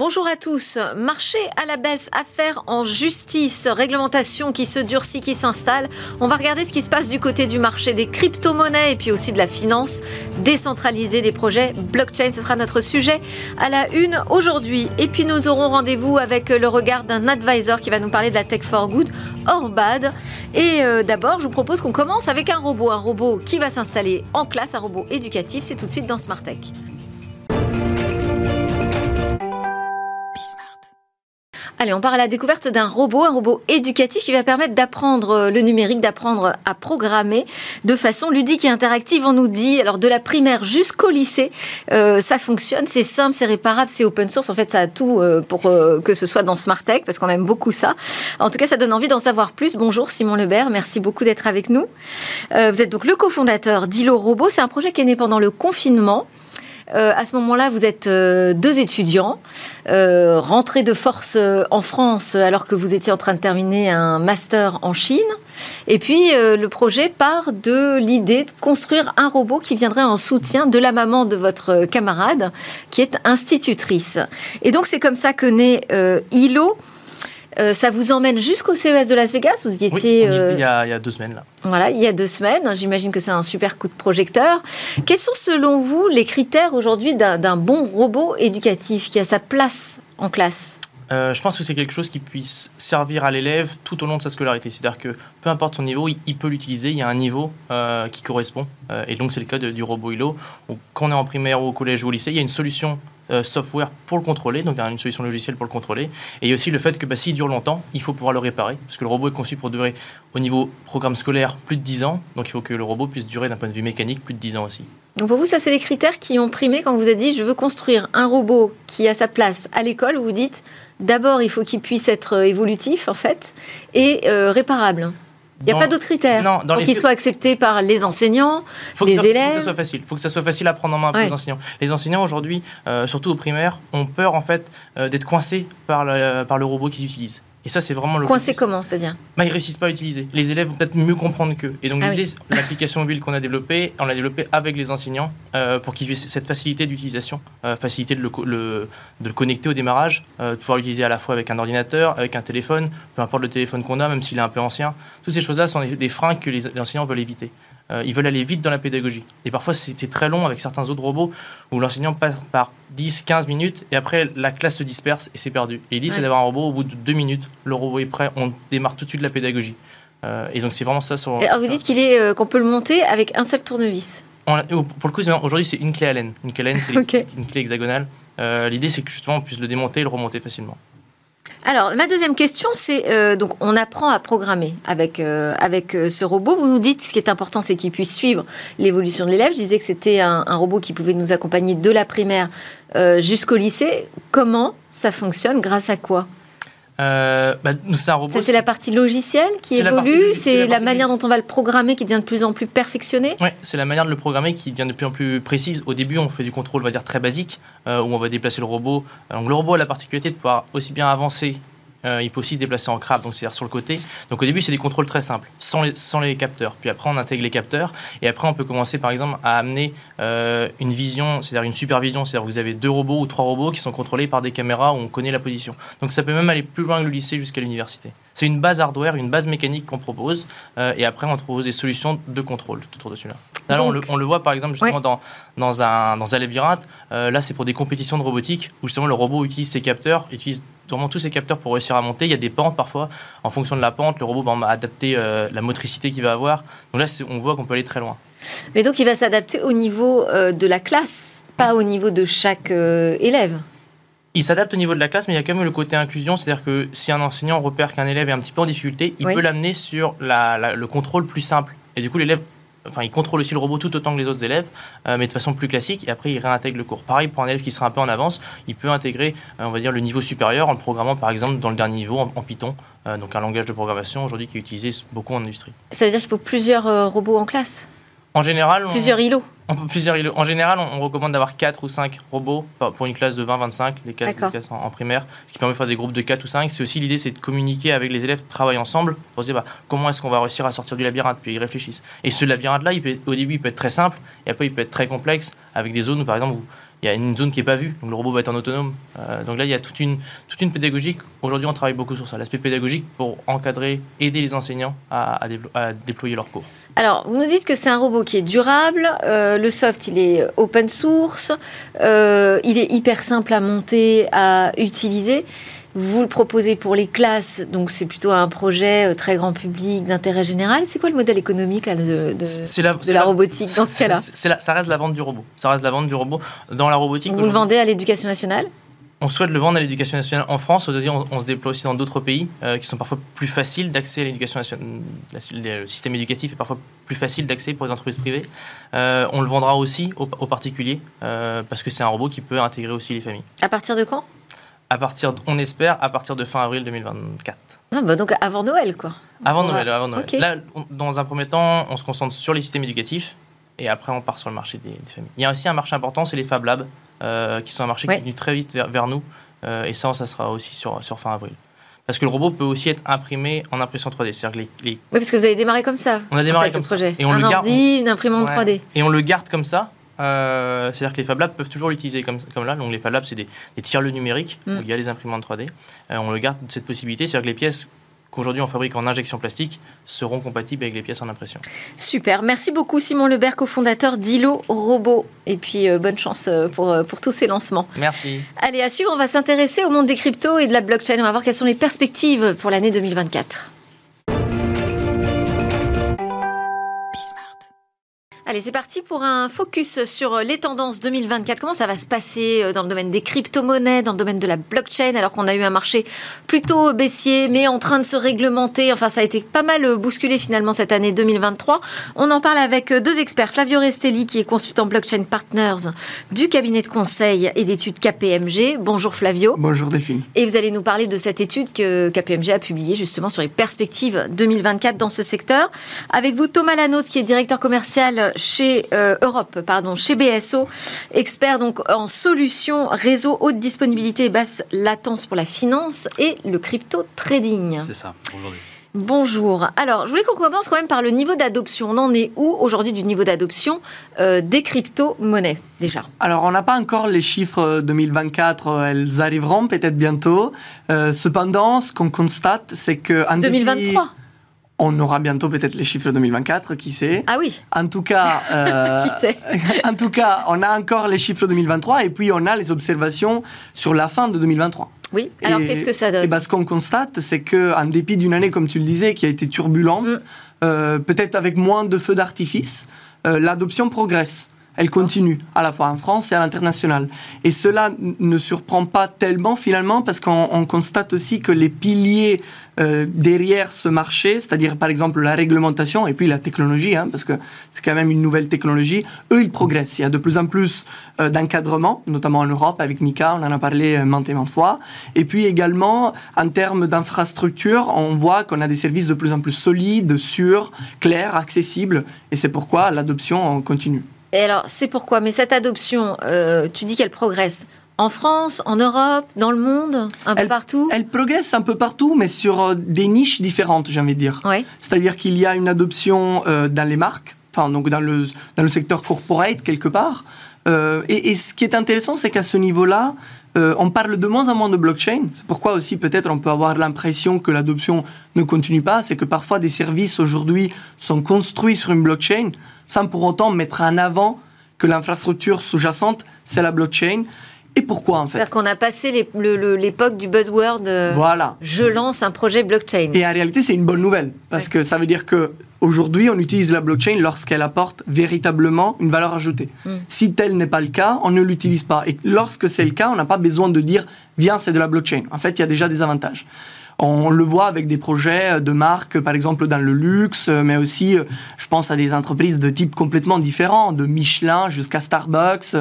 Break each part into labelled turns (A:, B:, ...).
A: Bonjour à tous. Marché à la baisse, affaires en justice, réglementation qui se durcit, qui s'installe. On va regarder ce qui se passe du côté du marché des crypto-monnaies et puis aussi de la finance décentralisée, des projets blockchain. Ce sera notre sujet à la une aujourd'hui. Et puis nous aurons rendez-vous avec le regard d'un advisor qui va nous parler de la tech for good, Orbad. Et d'abord, je vous propose qu'on commence avec un robot qui va s'installer en classe, un robot éducatif. C'est tout de suite dans Smart Tech. Allez, on part à la découverte d'un robot éducatif qui va permettre d'apprendre le numérique, d'apprendre à programmer de façon ludique et interactive. On nous dit, alors de la primaire jusqu'au lycée, ça fonctionne, c'est simple, c'est réparable, c'est open source. En fait, ça a tout pour que ce soit dans Smart Tech, parce qu'on aime beaucoup ça. En tout cas, ça donne envie d'en savoir plus. Bonjour Simon Lebert, merci beaucoup d'être avec nous. Vous êtes donc le cofondateur d'Ilo Robot. C'est un projet qui est né pendant le confinement. À ce moment-là, vous êtes deux étudiants, rentrés de force en France alors que vous étiez en train de terminer un master en Chine. Et puis, le projet part de l'idée de construire un robot qui viendrait en soutien de la maman de votre camarade, qui est institutrice. Et donc, c'est comme ça que naît Ilo. Ça vous emmène jusqu'au CES de Las Vegas. Vous y étiez
B: il y a 2 semaines là.
A: Voilà, il y a 2 semaines. J'imagine que c'est un super coup de projecteur. Quels sont selon vous les critères aujourd'hui d'un bon robot éducatif qui a sa place en classe ?
B: Je pense que c'est quelque chose qui puisse servir à l'élève tout au long de sa scolarité. C'est-à-dire que peu importe son niveau, il peut l'utiliser. Il y a un niveau qui correspond. Et donc c'est le cas du robot Ilo. Quand on est en primaire ou au collège ou au lycée, il y a une solution software pour le contrôler, donc il y a une solution logicielle pour le contrôler. Et il y a aussi le fait que s'il dure longtemps, il faut pouvoir le réparer, parce que le robot est conçu pour durer, au niveau programme scolaire, plus de 10 ans. Donc il faut que le robot puisse durer d'un point de vue mécanique plus de 10 ans aussi.
A: Donc pour vous, ça c'est les critères qui ont primé quand vous avez dit « je veux construire un robot qui a sa place à l'école », vous dites d'abord il faut qu'il puisse être évolutif en fait, et réparable. Il n'y a pas d'autres critères pour qu'il soit accepté par les enseignants, les élèves.
B: Il faut que ça soit facile. Il faut que ça soit facile à prendre en main pour les enseignants. Les enseignants aujourd'hui, surtout au primaire, ont peur en fait d'être coincés par le robot qu'ils utilisent. Et ça, c'est vraiment le
A: coincé comment, c'est-à-dire
B: ils ne réussissent pas à l'utiliser. Les élèves vont peut-être mieux comprendre qu'eux. Et donc, l'application mobile qu'on a développée, on l'a développée avec les enseignants pour qu'ils aient cette facilité d'utilisation, facilité de le connecter au démarrage, de pouvoir l'utiliser à la fois avec un ordinateur, avec un téléphone, peu importe le téléphone qu'on a, même s'il est un peu ancien. Toutes ces choses-là sont des freins que les enseignants veulent éviter. Ils veulent aller vite dans la pédagogie. Et parfois, c'est très long avec certains autres robots où l'enseignant passe par 10-15 minutes et après, la classe se disperse et c'est perdu. Et l'idée, c'est d'avoir un robot, au bout de 2 minutes, le robot est prêt, on démarre tout de suite la pédagogie. Et donc, c'est vraiment ça.
A: Alors, vous dites qu'on peut le monter avec un seul tournevis.
B: Pour le coup, aujourd'hui, c'est une clé Allen. Une clé Allen, c'est une clé hexagonale. L'idée, c'est que justement, on puisse le démonter et le remonter facilement.
A: Alors, ma deuxième question, c'est donc on apprend à programmer avec ce robot. Vous nous dites ce qui est important, c'est qu'il puisse suivre l'évolution de l'élève. Je disais que c'était un robot qui pouvait nous accompagner de la primaire jusqu'au lycée. Comment ça fonctionne ? Grâce à quoi ?
B: C'est un robot.
A: Ça, c'est la partie logicielle qui évolue, c'est la manière dont on va le programmer qui devient de plus en plus perfectionnée.
B: Oui, c'est la manière de le programmer qui devient de plus en plus précise. Au début, on fait du contrôle, on va dire, très basique, où on va déplacer le robot. Donc, le robot a la particularité de pouvoir aussi bien avancer, il peut aussi se déplacer en crabe, donc c'est-à-dire sur le côté. Donc au début, c'est des contrôles très simples, sans les capteurs. Puis après, on intègre les capteurs. Et après, on peut commencer, par exemple, à amener une vision, c'est-à-dire une supervision. C'est-à-dire que vous avez 2 robots ou 3 robots qui sont contrôlés par des caméras où on connaît la position. Donc ça peut même aller plus loin que le lycée jusqu'à l'université. C'est une base hardware, une base mécanique qu'on propose. Et après, on propose des solutions de contrôle autour de celui-là. Là, on le voit, par exemple, justement, dans un labyrinthe. Là, c'est pour des compétitions de robotique où, justement, le robot utilise ses capteurs, utilise vraiment tous ces capteurs pour réussir à monter. Il y a des pentes parfois. En fonction de la pente, le robot va adapter la motricité qu'il va avoir. Donc là, on voit qu'on peut aller très loin.
A: Mais donc, il va s'adapter au niveau de la classe, pas au niveau de chaque élève.
B: Il s'adapte au niveau de la classe, mais il y a quand même le côté inclusion. C'est-à-dire que si un enseignant repère qu'un élève est un petit peu en difficulté, il peut l'amener sur le contrôle plus simple. Et du coup, l'élève... il contrôle aussi le robot tout autant que les autres élèves, mais de façon plus classique, et après il réintègre le cours. Pareil, pour un élève qui sera un peu en avance, il peut intégrer, on va dire, le niveau supérieur en le programmant, par exemple, dans le dernier niveau en Python, donc un langage de programmation aujourd'hui qui est utilisé beaucoup en industrie.
A: Ça veut dire qu'il faut plusieurs robots en classe ?
B: En général,
A: plusieurs îlots.
B: En général, on recommande d'avoir 4 ou 5 robots pour une classe de 20-25, les classes en primaire, ce qui permet de faire des groupes de 4 ou 5. C'est aussi l'idée, c'est de communiquer avec les élèves, travailler ensemble pour se dire comment est-ce qu'on va réussir à sortir du labyrinthe, puis ils réfléchissent. Et ce labyrinthe-là, au début, il peut être très simple, et après, il peut être très complexe, avec des zones où, par exemple, il y a une zone qui n'est pas vue, donc le robot va être en autonome. Donc là, il y a toute une pédagogie. Aujourd'hui, on travaille beaucoup sur ça, l'aspect pédagogique pour encadrer, aider les enseignants à déployer leurs cours.
A: Alors, vous nous dites que c'est un robot qui est durable, le soft, il est open source, il est hyper simple à monter, à utiliser. Vous le proposez pour les classes, donc c'est plutôt un projet très grand public, d'intérêt général. C'est quoi le modèle économique là, de la robotique dans ce cas-là ?
B: Ça reste la vente du robot. Ça reste la vente du robot dans la robotique.
A: Vous le vendez à l'Éducation nationale ?
B: On souhaite le vendre à l'Éducation nationale en France. On se déploie aussi dans d'autres pays qui sont parfois plus faciles d'accès à l'Éducation nationale. Le système éducatif est parfois plus facile d'accès pour les entreprises privées. On le vendra aussi aux particuliers parce que c'est un robot qui peut intégrer aussi les familles.
A: À partir de quand ?
B: On espère à partir de fin avril 2024.
A: Non, donc avant Noël, quoi.
B: Avant Noël.
A: Okay.
B: Là, dans un premier temps, on se concentre sur les systèmes éducatifs et après on part sur le marché des familles. Il y a aussi un marché important, c'est les Fab Labs, qui sont un marché qui est venu très vite vers nous. Et ça sera aussi sur fin avril. Parce que le robot peut aussi être imprimé en impression 3D. C'est-à-dire que
A: Oui, parce que vous avez démarré comme ça.
B: On a démarré comme ça.
A: Et on le garde. Une imprimante 3D.
B: Et on le garde comme ça. C'est-à-dire que les Fab Labs peuvent toujours l'utiliser comme là. Donc les Fab Labs, c'est des tiers-lieux numériques où il y a les imprimantes 3D. On le garde cette possibilité. C'est-à-dire que les pièces qu'aujourd'hui on fabrique en injection plastique seront compatibles avec les pièces en impression.
A: Super. Merci beaucoup Simon Lebert, cofondateur d'Ilo Robot. Et puis bonne chance pour tous ces lancements.
B: Merci.
A: Allez, à suivre, on va s'intéresser au monde des cryptos et de la blockchain. On va voir quelles sont les perspectives pour l'année 2024. Allez, c'est parti pour un focus sur les tendances 2024. Comment ça va se passer dans le domaine des crypto-monnaies, dans le domaine de la blockchain, alors qu'on a eu un marché plutôt baissier, mais en train de se réglementer. Enfin, ça a été pas mal bousculé finalement cette année 2023. On en parle avec deux experts. Flavio Restelli, qui est consultant Blockchain Partners du cabinet de conseil et d'études KPMG. Bonjour Flavio.
C: Bonjour Delphine.
A: Et vous allez nous parler de cette étude que KPMG a publiée justement sur les perspectives 2024 dans ce secteur. Avec vous, Thomas Lanotte, qui est directeur commercial chez BSO, expert donc en solutions réseau haute disponibilité et basse latence pour la finance et le crypto trading.
D: C'est ça, aujourd'hui.
A: Bonjour. Alors, je voulais qu'on commence quand même par le niveau d'adoption. On en est où aujourd'hui du niveau d'adoption des crypto-monnaies déjà ?
C: Alors, on n'a pas encore les chiffres 2024, elles arriveront peut-être bientôt. Cependant, ce qu'on constate, c'est qu'en
A: 2023
C: on aura bientôt peut-être les chiffres 2024, qui sait.
A: Ah oui.
C: En tout cas,
A: qui sait.
C: En tout cas, on a encore les chiffres 2023 et puis on a les observations sur la fin de 2023.
A: Oui, alors qu'est-ce que ça donne ?
C: Ce qu'on constate, c'est qu'en dépit d'une année, comme tu le disais, qui a été turbulente, peut-être avec moins de feux d'artifice, l'adoption progresse. Elle continue, à la fois en France et à l'international. Et cela ne surprend pas tellement, finalement, parce qu'on constate aussi que les piliers derrière ce marché, c'est-à-dire, par exemple, la réglementation et puis la technologie, parce que c'est quand même une nouvelle technologie, eux, ils progressent. Il y a de plus en plus d'encadrement, notamment en Europe, avec MiCA, on en a parlé maintes et maintes fois. Et puis également, en termes d'infrastructure, on voit qu'on a des services de plus en plus solides, sûrs, clairs, accessibles. Et c'est pourquoi l'adoption continue.
A: Et alors, c'est pourquoi. Mais cette adoption, tu dis qu'elle progresse en France, en Europe, dans le monde, un peu partout ?
C: Elle progresse un peu partout, mais sur des niches différentes, j'ai envie de dire.
A: Ouais.
C: C'est-à-dire qu'il y a une adoption dans les marques, donc dans le secteur corporate, quelque part. Et ce qui est intéressant, c'est qu'à ce niveau-là, on parle de moins en moins de blockchain. C'est pourquoi aussi, peut-être, on peut avoir l'impression que l'adoption ne continue pas. C'est que parfois, des services, aujourd'hui, sont construits sur une blockchain, sans pour autant mettre en avant que l'infrastructure sous-jacente, c'est la blockchain. Et pourquoi, en fait ?
A: C'est-à-dire qu'on a passé l'époque du buzzword
C: voilà.
A: Je lance un projet blockchain.
C: Et en réalité, c'est une bonne nouvelle. Parce que ça veut dire qu'aujourd'hui, on utilise la blockchain lorsqu'elle apporte véritablement une valeur ajoutée. Si tel n'est pas le cas, on ne l'utilise pas. Et lorsque c'est le cas, on n'a pas besoin de dire « viens, c'est de la blockchain ». En fait, il y a déjà des avantages. On le voit avec des projets de marques, par exemple dans le luxe, mais aussi, je pense à des entreprises de type complètement différent, de Michelin jusqu'à Starbucks,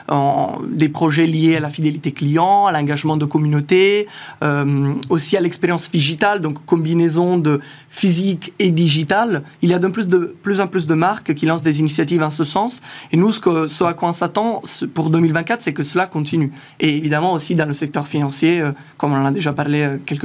C: des projets liés à la fidélité client, à l'engagement de communauté, aussi à l'expérience digitale, donc combinaison de physique et digital. Il y a de plus en plus de marques qui lancent des initiatives en ce sens. Et nous, ce à quoi on s'attend pour 2024, c'est que cela continue. Et évidemment aussi dans le secteur financier, comme on en a déjà parlé quelques fois.
A: Mais alors,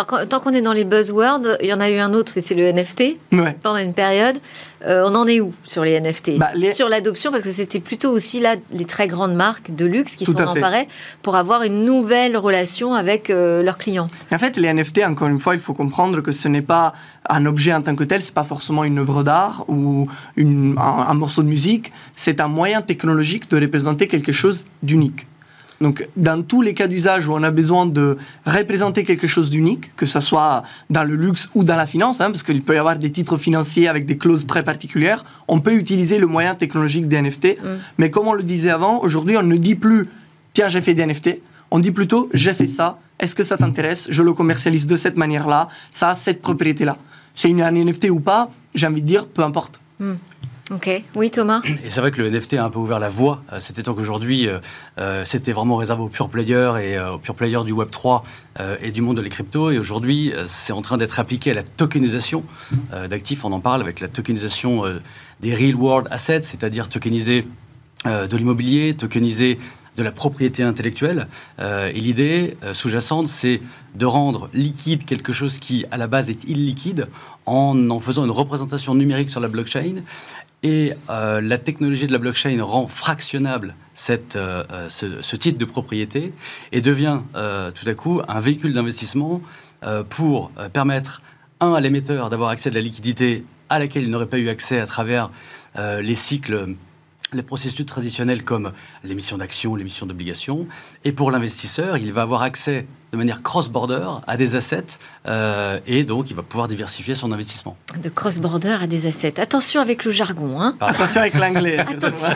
A: Alors, tant qu'on est dans les buzzwords, il y en a eu un autre, c'était le NFT, pendant une période. On en est où sur les NFT ? Sur l'adoption, parce que c'était plutôt aussi là les très grandes marques de luxe qui s'en emparaient pour avoir une nouvelle relation avec leurs clients.
C: En fait, les NFT, encore une fois, il faut comprendre que ce n'est pas un objet en tant que tel, c'est pas forcément une œuvre d'art ou un morceau de musique, c'est un moyen technologique de représenter quelque chose d'unique. Donc, dans tous les cas d'usage où on a besoin de représenter quelque chose d'unique, que ce soit dans le luxe ou dans la finance, parce qu'il peut y avoir des titres financiers avec des clauses très particulières, on peut utiliser le moyen technologique des NFT. Mais comme on le disait avant, aujourd'hui, on ne dit plus « tiens, j'ai fait des NFT », on dit plutôt « j'ai fait ça, est-ce que ça t'intéresse ? Je le commercialise de cette manière-là, ça a cette propriété-là ». C'est un NFT ou pas, j'ai envie de dire, peu importe.
A: Ok, oui Thomas.
D: Et c'est vrai que le NFT a un peu ouvert la voie. C'était tant qu'aujourd'hui, c'était vraiment réservé aux pure players et aux pure players du Web3 et du monde de les cryptos. Et aujourd'hui, c'est en train d'être appliqué à la tokenisation d'actifs. On en parle avec la tokenisation des real world assets, c'est-à-dire tokeniser de l'immobilier, tokeniser de la propriété intellectuelle. Et l'idée sous-jacente, c'est de rendre liquide quelque chose qui, à la base, est illiquide en faisant une représentation numérique sur la blockchain. Et la technologie de la blockchain rend fractionnable ce titre de propriété et devient tout à coup un véhicule d'investissement pour permettre, à l'émetteur d'avoir accès à de la liquidité à laquelle il n'aurait pas eu accès à travers les cycles, les processus traditionnels comme l'émission d'actions, l'émission d'obligations. Et pour l'investisseur, il va avoir accès de manière cross-border à des assets et donc il va pouvoir diversifier son investissement.
A: De cross-border à des assets. Attention avec le jargon.
C: Attention avec l'anglais.
A: Attention.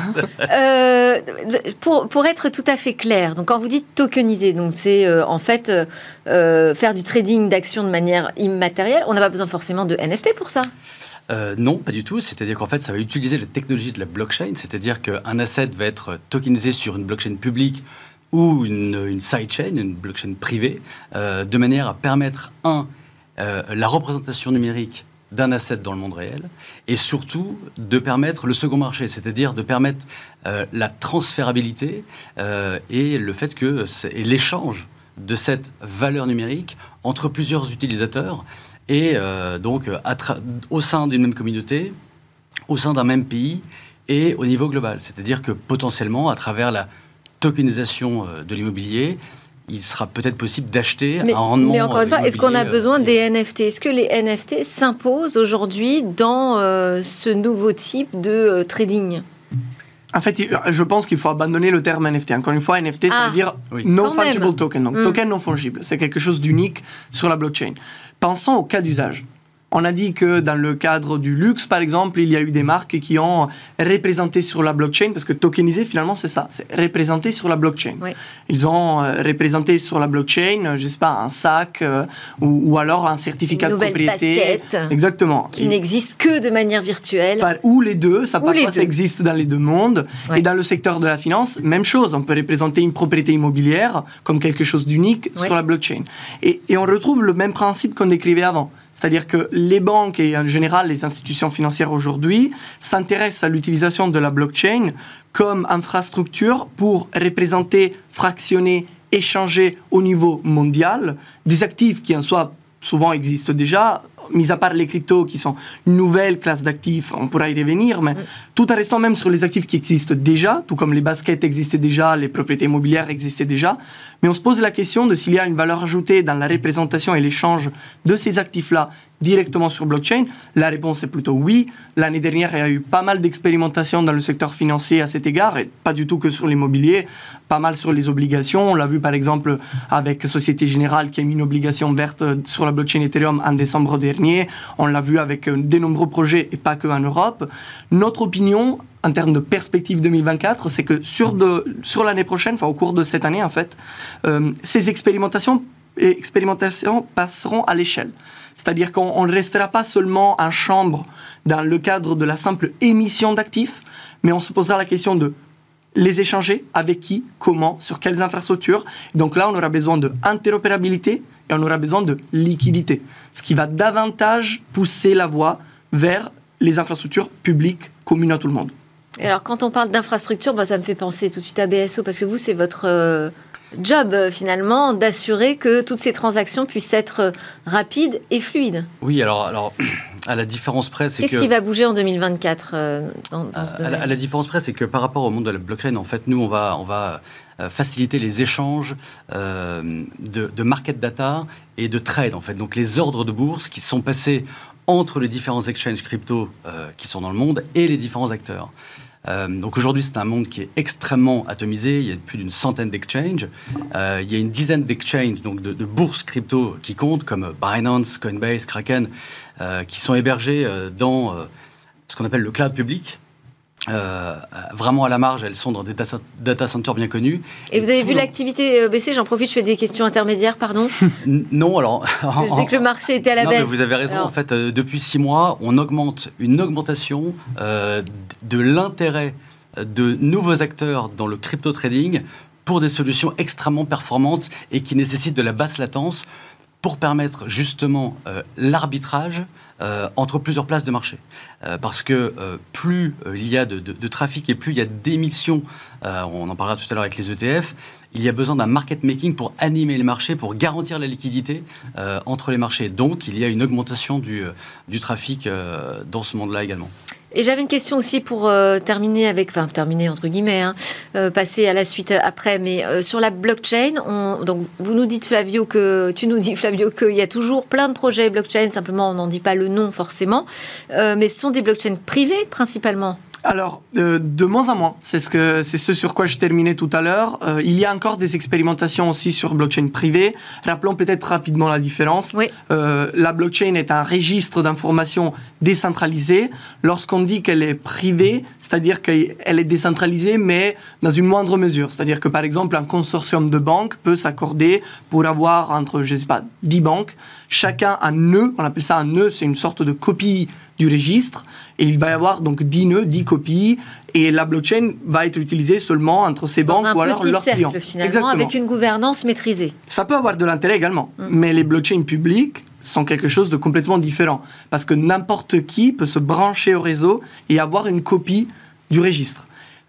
A: Pour être tout à fait clair, donc quand vous dites tokeniser, donc c'est en fait faire du trading d'actions de manière immatérielle, on n'a pas besoin forcément de NFT pour ça.
D: Non, pas du tout. C'est-à-dire qu'en fait, ça va utiliser la technologie de la blockchain. C'est-à-dire qu'un asset va être tokenisé sur une blockchain publique ou une sidechain, une blockchain privée, de manière à permettre, la représentation numérique d'un asset dans le monde réel, et surtout de permettre le second marché, c'est-à-dire de permettre la transférabilité et le fait que et l'échange de cette valeur numérique entre plusieurs utilisateurs. Et donc, au sein d'une même communauté, au sein d'un même pays et au niveau global. C'est-à-dire que potentiellement, à travers la tokenisation de l'immobilier, il sera peut-être possible d'acheter un rendement.
A: Mais encore une fois, est-ce qu'on a besoin des NFT ? Est-ce que les NFT s'imposent aujourd'hui dans ce nouveau type de trading ?
C: En fait, je pense qu'il faut abandonner le terme NFT. Encore une fois, NFT, ça veut dire non fungible token, donc token non fungible. C'est quelque chose d'unique sur la blockchain. Pensons au cas d'usage. On a dit que dans le cadre du luxe, par exemple, il y a eu des marques qui ont représenté sur la blockchain, parce que tokeniser, finalement, c'est ça, c'est représenter sur la blockchain. Oui. Ils ont représenté sur la blockchain, je ne sais pas, un sac ou alors un certificat de propriété.
A: Basket.
C: Exactement.
A: Qui n'existe que de manière virtuelle.
C: Ou les deux, ça existe dans les deux mondes. Ouais. Et dans le secteur de la finance, même chose. On peut représenter une propriété immobilière comme quelque chose d'unique sur la blockchain. Et on retrouve le même principe qu'on décrivait avant. C'est-à-dire que les banques et en général les institutions financières aujourd'hui s'intéressent à l'utilisation de la blockchain comme infrastructure pour représenter, fractionner, échanger au niveau mondial des actifs qui en soi souvent existent déjà, mis à part les cryptos qui sont une nouvelle classe d'actifs, on pourra y revenir, mais tout en restant même sur les actifs qui existent déjà, tout comme les baskets existaient déjà, les propriétés immobilières existaient déjà, mais on se pose la question de s'il y a une valeur ajoutée dans la représentation et l'échange de ces actifs-là directement sur blockchain. La réponse est plutôt oui. L'année dernière, il y a eu pas mal d'expérimentations dans le secteur financier à cet égard, et pas du tout que sur l'immobilier, pas mal sur les obligations. On l'a vu par exemple avec Société Générale qui a mis une obligation verte sur la blockchain Ethereum en décembre dernier. On l'a vu avec de nombreux projets et pas que en Europe. Notre opinion en termes de perspective 2024, c'est que sur l'année prochaine, enfin au cours de cette année en fait, ces expérimentations passeront à l'échelle. C'est-à-dire qu'on ne restera pas seulement en chambre dans le cadre de la simple émission d'actifs, mais on se posera la question de les échanger, avec qui, comment, sur quelles infrastructures. Donc là, on aura besoin d'interopérabilité et on aura besoin de liquidité, ce qui va davantage pousser la voie vers les infrastructures publiques communes à tout le monde.
A: Et alors, quand on parle d'infrastructure, ça me fait penser tout de suite à BSO, parce que vous, c'est votre job finalement d'assurer que toutes ces transactions puissent être rapides et fluides.
D: Oui, alors à la différence près, c'est
A: Qu'est-ce qui va bouger en 2024 dans ce domaine ?
D: À la différence près, c'est que par rapport au monde de la blockchain, en fait, nous, on va faciliter les échanges de market data et de trade, en fait. Donc, les ordres de bourse qui sont passés entre les différents exchanges crypto qui sont dans le monde et les différents acteurs. Donc aujourd'hui, c'est un monde qui est extrêmement atomisé. Il y a plus d'une centaine d'exchanges. Il y a une dizaine d'exchanges, donc de bourses crypto qui comptent, comme Binance, Coinbase, Kraken, qui sont hébergés dans ce qu'on appelle le cloud public. Vraiment à la marge, elles sont dans des data centers bien connus.
A: Et vous avez vu l'activité baisser ? J'en profite, je fais des questions intermédiaires, pardon.
D: Non, alors...
A: Parce que je sais que le marché était à la baisse.
D: Mais vous avez raison, en fait, depuis 6 mois, on augmente une augmentation de l'intérêt de nouveaux acteurs dans le crypto trading pour des solutions extrêmement performantes et qui nécessitent de la basse latence pour permettre justement l'arbitrage entre plusieurs places de marché. Parce que plus il y a de trafic et plus il y a d'émissions, on en parlera tout à l'heure avec les ETF, il y a besoin d'un market making pour animer le marché, pour garantir la liquidité entre les marchés. Donc, il y a une augmentation du trafic dans ce monde-là également.
A: Et j'avais une question aussi pour terminer entre guillemets, passer à la suite après, mais sur la blockchain, donc tu nous dis Flavio qu'il y a toujours plein de projets blockchain, simplement on n'en dit pas le nom forcément, mais ce sont des blockchains privées principalement.
C: Alors, de moins en moins, c'est ce sur quoi je terminais tout à l'heure. Il y a encore des expérimentations aussi sur blockchain privé. Rappelons peut-être rapidement la différence.
A: Oui.
C: La blockchain est un registre d'informations décentralisé. Lorsqu'on dit qu'elle est privée, c'est-à-dire qu'elle est décentralisée, mais dans une moindre mesure. C'est-à-dire que, par exemple, un consortium de banques peut s'accorder pour avoir entre, 10 banques, chacun un nœud, on appelle ça un nœud, c'est une sorte de copie du registre, et il va y avoir donc 10 nœuds, 10 copies, et la blockchain va être utilisée seulement entre ces banques ou alors leurs clients.
A: Finalement,
C: exactement.
A: Avec une gouvernance maîtrisée.
C: Ça peut avoir de l'intérêt également, mais les blockchains publiques sont quelque chose de complètement différent, parce que n'importe qui peut se brancher au réseau et avoir une copie du registre.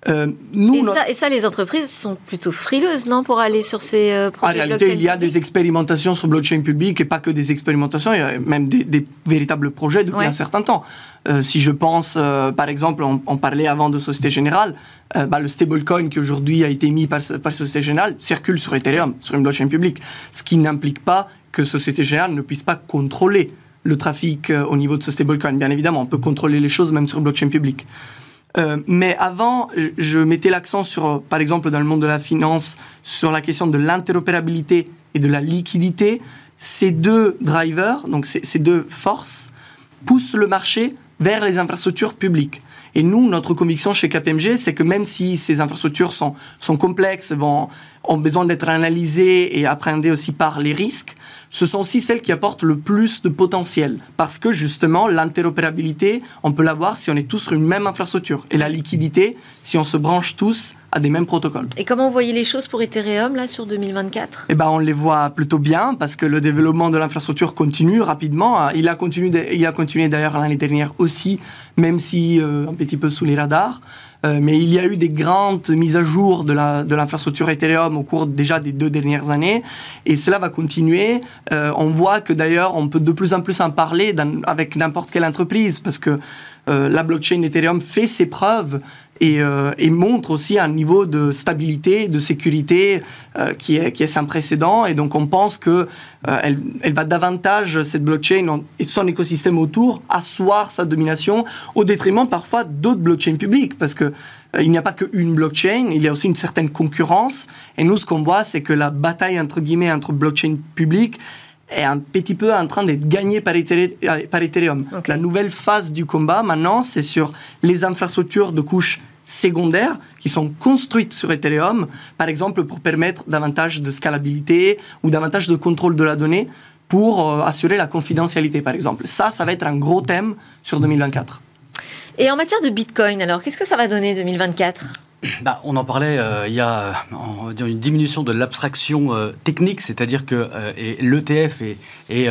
A: Et ça, les entreprises sont plutôt frileuses, non, pour aller sur ces projets.
C: En réalité, il y a des expérimentations sur blockchain public, et pas que des expérimentations, il y a même des véritables projets depuis un certain temps. Si je pense, par exemple, on parlait avant de Société Générale, le stablecoin qui aujourd'hui a été mis par Société Générale circule sur Ethereum, sur une blockchain publique, ce qui n'implique pas que Société Générale ne puisse pas contrôler le trafic au niveau de ce stablecoin. Bien évidemment, on peut contrôler les choses même sur blockchain publique. Mais avant, je mettais l'accent sur, par exemple, dans le monde de la finance, sur la question de l'interopérabilité et de la liquidité. Ces deux drivers, donc ces deux forces, poussent le marché vers les infrastructures publiques. Et nous, notre conviction chez KPMG, c'est que même si ces infrastructures sont complexes, ont besoin d'être analysées et appréhendées aussi par les risques, ce sont aussi celles qui apportent le plus de potentiel. Parce que justement, l'interopérabilité, on peut l'avoir si on est tous sur une même infrastructure. Et la liquidité, si on se branche tous à des mêmes protocoles.
A: Et comment vous voyez les choses pour Ethereum, là, sur 2024 ?
C: On les voit plutôt bien, parce que le développement de l'infrastructure continue rapidement. Il a continué d'ailleurs l'année dernière aussi, même si un petit peu sous les radars. Mais il y a eu des grandes mises à jour de l'infrastructure Ethereum au cours déjà des 2 dernières années, et cela va continuer. On voit que d'ailleurs on peut de plus en plus en parler avec n'importe quelle entreprise, parce que la blockchain Ethereum fait ses preuves et montre aussi un niveau de stabilité, de sécurité qui est sans précédent, et donc on pense que elle va davantage, cette blockchain et son écosystème autour, asseoir sa domination au détriment parfois d'autres blockchains publiques, parce que il n'y a pas qu'une blockchain, il y a aussi une certaine concurrence, et nous ce qu'on voit, c'est que la bataille entre guillemets entre blockchain publiques est un petit peu en train d'être gagnée par Ethereum. Okay. La nouvelle phase du combat maintenant, c'est sur les infrastructures de couche secondaires qui sont construites sur Ethereum, par exemple pour permettre davantage de scalabilité ou davantage de contrôle de la donnée pour assurer la confidentialité, par exemple. Ça va être un gros thème sur 2024. Et
A: en matière de Bitcoin, alors, qu'est-ce que ça va donner 2024 ?
D: On en parlait, il y a une diminution de l'abstraction technique, c'est-à-dire que l'ETF et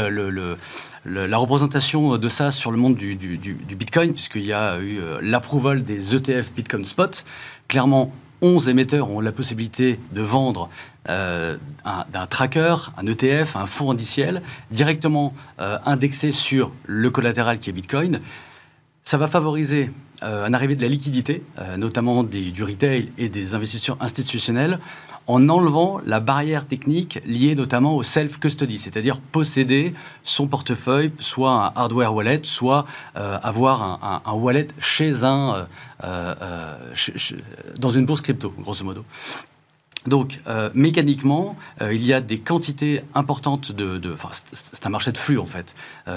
D: la représentation de ça sur le monde du Bitcoin, puisqu'il y a eu l'approval des ETF Bitcoin Spot. Clairement, 11 émetteurs ont la possibilité de vendre d'un tracker, un ETF, un fonds indiciel, directement indexé sur le collatéral qui est Bitcoin. Ça va favoriser une arrivée de la liquidité, notamment du retail et des investisseurs institutionnels, en enlevant la barrière technique liée notamment au self-custody, c'est-à-dire posséder son portefeuille, soit un hardware wallet, soit avoir un wallet chez dans une bourse crypto, grosso modo. Donc, mécaniquement, il y a des quantités importantes c'est un marché de flux, en fait.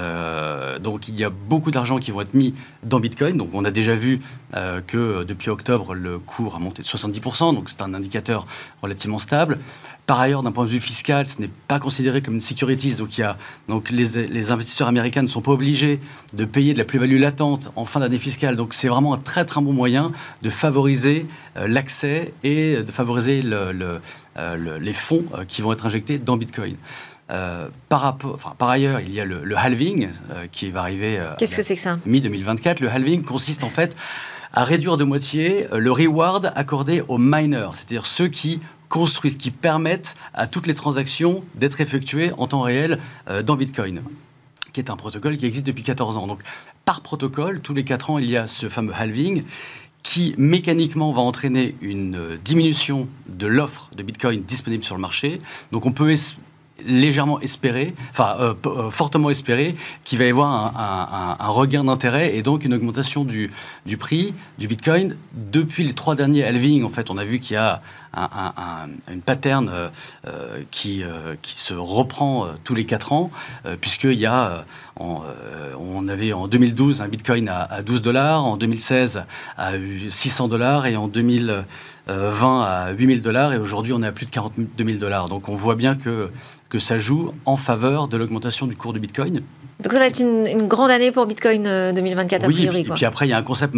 D: Donc, il y a beaucoup d'argent qui vont être mis dans Bitcoin. Donc, on a déjà vu que depuis octobre, le cours a monté de 70%. Donc, c'est un indicateur relativement stable. Par ailleurs, d'un point de vue fiscal, ce n'est pas considéré comme une securities. Donc, les investisseurs américains ne sont pas obligés de payer de la plus-value latente en fin d'année fiscale. Donc, c'est vraiment un très, très bon moyen de favoriser l'accès et de favoriser les fonds qui vont être injectés dans Bitcoin. Par ailleurs, il y a le halving qui va arriver
A: Qu'est-ce que c'est que ça ?
D: mi-2024. Le halving consiste en fait à réduire de moitié le reward accordé aux miners, c'est-à-dire ceux qui construisent, qui permettent à toutes les transactions d'être effectuées en temps réel dans Bitcoin, qui est un protocole qui existe depuis 14 ans. Donc, par protocole, tous les 4 ans, il y a ce fameux halving qui, mécaniquement, va entraîner une diminution de l'offre de Bitcoin disponible sur le marché. Donc, on peut légèrement espérer, fortement espérer qu'il va y avoir un regain d'intérêt et donc une augmentation du prix du Bitcoin. Depuis les 3 derniers halvings, en fait, on a vu qu'il y a une pattern qui se reprend tous les 4 ans, puisqu'il y a, on avait en 2012 un Bitcoin à $12, en 2016 à $600 et en 2020 à $8,000 et aujourd'hui on est à plus de $42,000. Donc on voit bien que ça joue en faveur de l'augmentation du cours du Bitcoin.
A: Donc ça va être une grande année pour Bitcoin 2024 a priori.
D: Et puis après il y a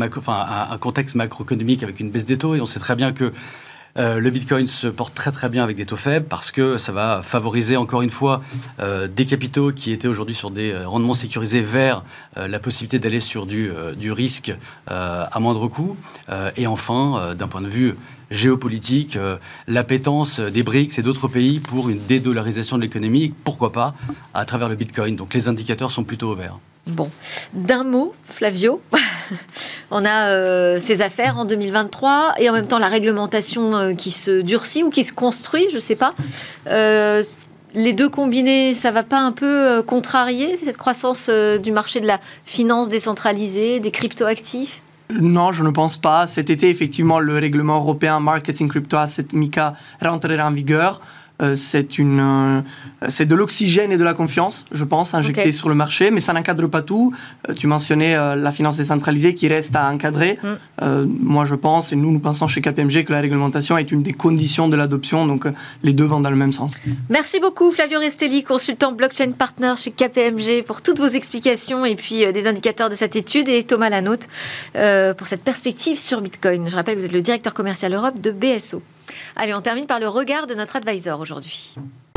D: un contexte macroéconomique avec une baisse des taux et on sait très bien que le Bitcoin se porte très très bien avec des taux faibles parce que ça va favoriser encore une fois des capitaux qui étaient aujourd'hui sur des rendements sécurisés vers la possibilité d'aller sur du risque à moindre coût. Et enfin, d'un point de vue géopolitique, l'appétence des BRICS et d'autres pays pour une dédollarisation de l'économie, pourquoi pas, à travers le Bitcoin. Donc les indicateurs sont plutôt au vert.
A: Bon, d'un mot, Flavio, on a ces affaires en 2023 et en même temps la réglementation qui se durcit ou qui se construit, je ne sais pas. Les deux combinés, ça ne va pas un peu contrarier cette croissance du marché de la finance décentralisée, des cryptoactifs ?
C: Non, je ne pense pas. Cet été, effectivement, le règlement européen Marketing Crypto Asset MiCA rentrera en vigueur. C'est de l'oxygène et de la confiance, je pense, injecté sur le marché, mais ça n'encadre pas tout. Tu mentionnais la finance décentralisée qui reste à encadrer. Moi, je pense, et nous pensons chez KPMG que la réglementation est une des conditions de l'adoption, donc les deux vont dans le même sens.
A: Merci beaucoup Flavio Restelli, consultant blockchain partner chez KPMG, pour toutes vos explications et puis des indicateurs de cette étude, et Thomas Lanotte pour cette perspective sur Bitcoin. Je rappelle que vous êtes le directeur commercial Europe de BSO. Allez, on termine par le regard de notre advisor aujourd'hui.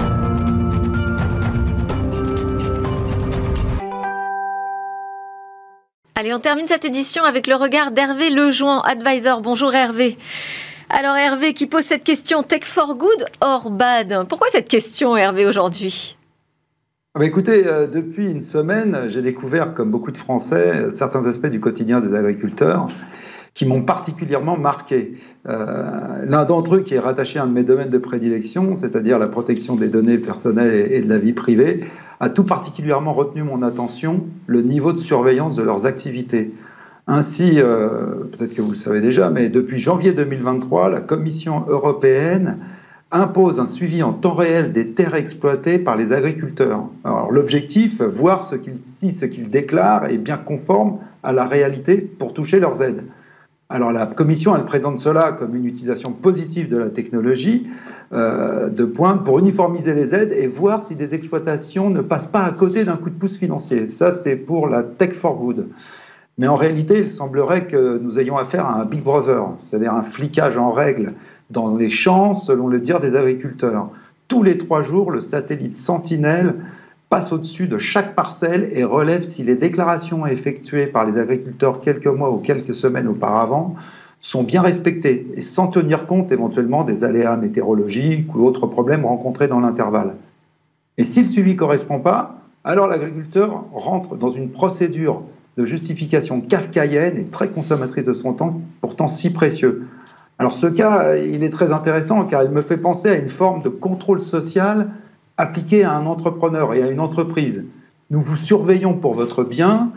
A: Allez, on termine cette édition avec le regard d'Hervé Lejoin, advisor. Bonjour Hervé. Alors Hervé qui pose cette question, tech for good or bad ? Pourquoi cette question Hervé aujourd'hui ?
E: Écoutez, depuis une semaine, j'ai découvert, comme beaucoup de Français, certains aspects du quotidien des agriculteurs qui m'ont particulièrement marqué. L'un d'entre eux, qui est rattaché à un de mes domaines de prédilection, c'est-à-dire la protection des données personnelles et de la vie privée, a tout particulièrement retenu mon attention, le niveau de surveillance de leurs activités. Ainsi, peut-être que vous le savez déjà, mais depuis janvier 2023, la Commission européenne impose un suivi en temps réel des terres exploitées par les agriculteurs. Alors, l'objectif, voir si ce qu'ils déclarent est bien conforme à la réalité pour toucher leurs aides. Alors la Commission, elle présente cela comme une utilisation positive de la technologie de pointe pour uniformiser les aides et voir si des exploitations ne passent pas à côté d'un coup de pouce financier. Ça, c'est pour la tech for good. Mais en réalité, il semblerait que nous ayons affaire à un Big Brother, c'est-à-dire un flicage en règle dans les champs, selon le dire des agriculteurs. Tous les 3 jours, le satellite Sentinelle passe au-dessus de chaque parcelle et relève si les déclarations effectuées par les agriculteurs quelques mois ou quelques semaines auparavant sont bien respectés et sans tenir compte éventuellement des aléas météorologiques ou autres problèmes rencontrés dans l'intervalle. Et si le suivi ne correspond pas, alors l'agriculteur rentre dans une procédure de justification kafkaïenne et très consommatrice de son temps, pourtant si précieux. Alors ce cas, il est très intéressant car il me fait penser à une forme de contrôle social appliqué à un entrepreneur et à une entreprise. Nous vous surveillons pour votre bien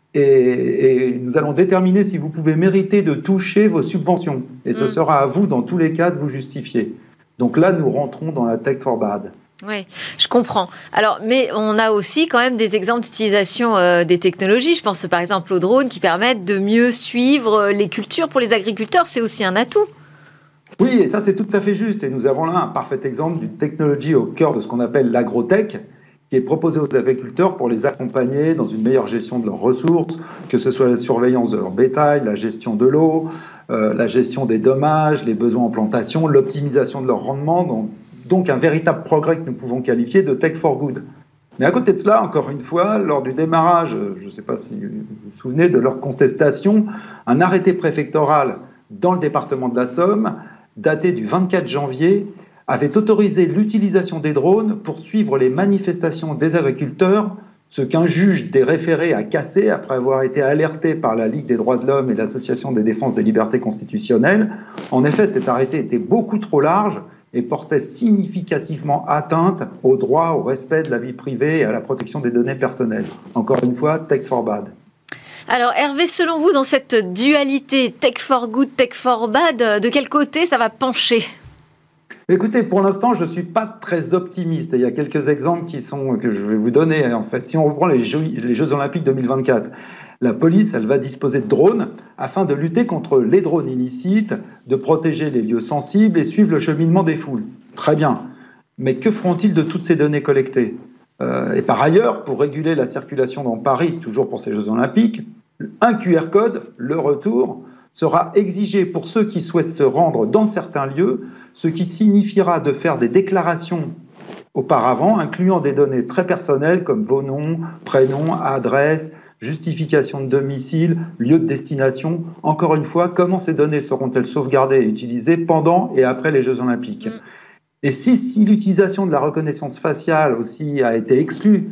E: et nous allons déterminer si vous pouvez mériter de toucher vos subventions. Et ce sera à vous, dans tous les cas, de vous justifier. Donc là, nous rentrons dans la tech for bad.
A: Oui, je comprends. Alors, mais on a aussi quand même des exemples d'utilisation des technologies. Je pense par exemple aux drones qui permettent de mieux suivre les cultures pour les agriculteurs. C'est aussi un atout.
E: Oui, et ça c'est tout à fait juste. Et nous avons là un parfait exemple d'une technologie au cœur de ce qu'on appelle l'agrotech, qui est proposée aux agriculteurs pour les accompagner dans une meilleure gestion de leurs ressources, que ce soit la surveillance de leur bétail, la gestion de l'eau, la gestion des dommages, les besoins en plantation, l'optimisation de leur rendement. Donc un véritable progrès que nous pouvons qualifier de tech for good. Mais à côté de cela, encore une fois, lors du démarrage, je ne sais pas si vous vous souvenez de leur contestation, un arrêté préfectoral dans le département de la Somme, daté du 24 janvier, avait autorisé l'utilisation des drones pour suivre les manifestations des agriculteurs, ce qu'un juge des référés a cassé après avoir été alerté par la Ligue des droits de l'homme et l'Association des défenses des libertés constitutionnelles. En effet, cet arrêté était beaucoup trop large et portait significativement atteinte au droit au respect de la vie privée et à la protection des données personnelles. Encore une fois, tech for bad.
A: Alors Hervé, selon vous, dans cette dualité tech for good, tech for bad, de quel côté ça va pencher ?
E: Écoutez, pour l'instant, je ne suis pas très optimiste. Il y a quelques exemples que je vais vous donner. En fait, si on reprend les Jeux Olympiques 2024, la police, elle va disposer de drones afin de lutter contre les drones illicites, de protéger les lieux sensibles et suivre le cheminement des foules. Très bien. Mais que feront-ils de toutes ces données collectées ? Et par ailleurs, pour réguler la circulation dans Paris, toujours pour ces Jeux Olympiques, un QR code, le retour, sera exigé pour ceux qui souhaitent se rendre dans certains lieux, ce qui signifiera de faire des déclarations auparavant, incluant des données très personnelles comme vos noms, prénoms, adresses, justification de domicile, lieu de destination. Encore une fois, comment ces données seront-elles sauvegardées et utilisées pendant et après les Jeux Olympiques ? Et si l'utilisation de la reconnaissance faciale aussi a été exclue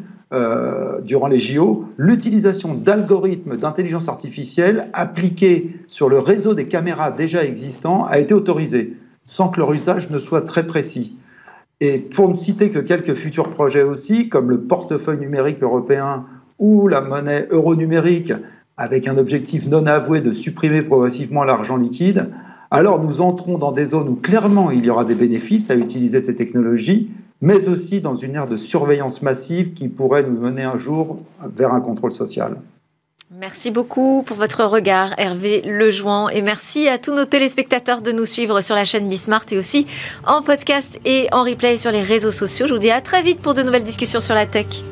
E: durant les JO, l'utilisation d'algorithmes d'intelligence artificielle appliqués sur le réseau des caméras déjà existants a été autorisée, sans que leur usage ne soit très précis. Et pour ne citer que quelques futurs projets aussi, comme le portefeuille numérique européen ou la monnaie euro numérique, avec un objectif non avoué de supprimer progressivement l'argent liquide, alors nous entrons dans des zones où clairement il y aura des bénéfices à utiliser ces technologies, mais aussi dans une ère de surveillance massive qui pourrait nous mener un jour vers un contrôle social.
A: Merci beaucoup pour votre regard, Hervé Lejouan, et merci à tous nos téléspectateurs de nous suivre sur la chaîne Bismart et aussi en podcast et en replay sur les réseaux sociaux. Je vous dis à très vite pour de nouvelles discussions sur la tech.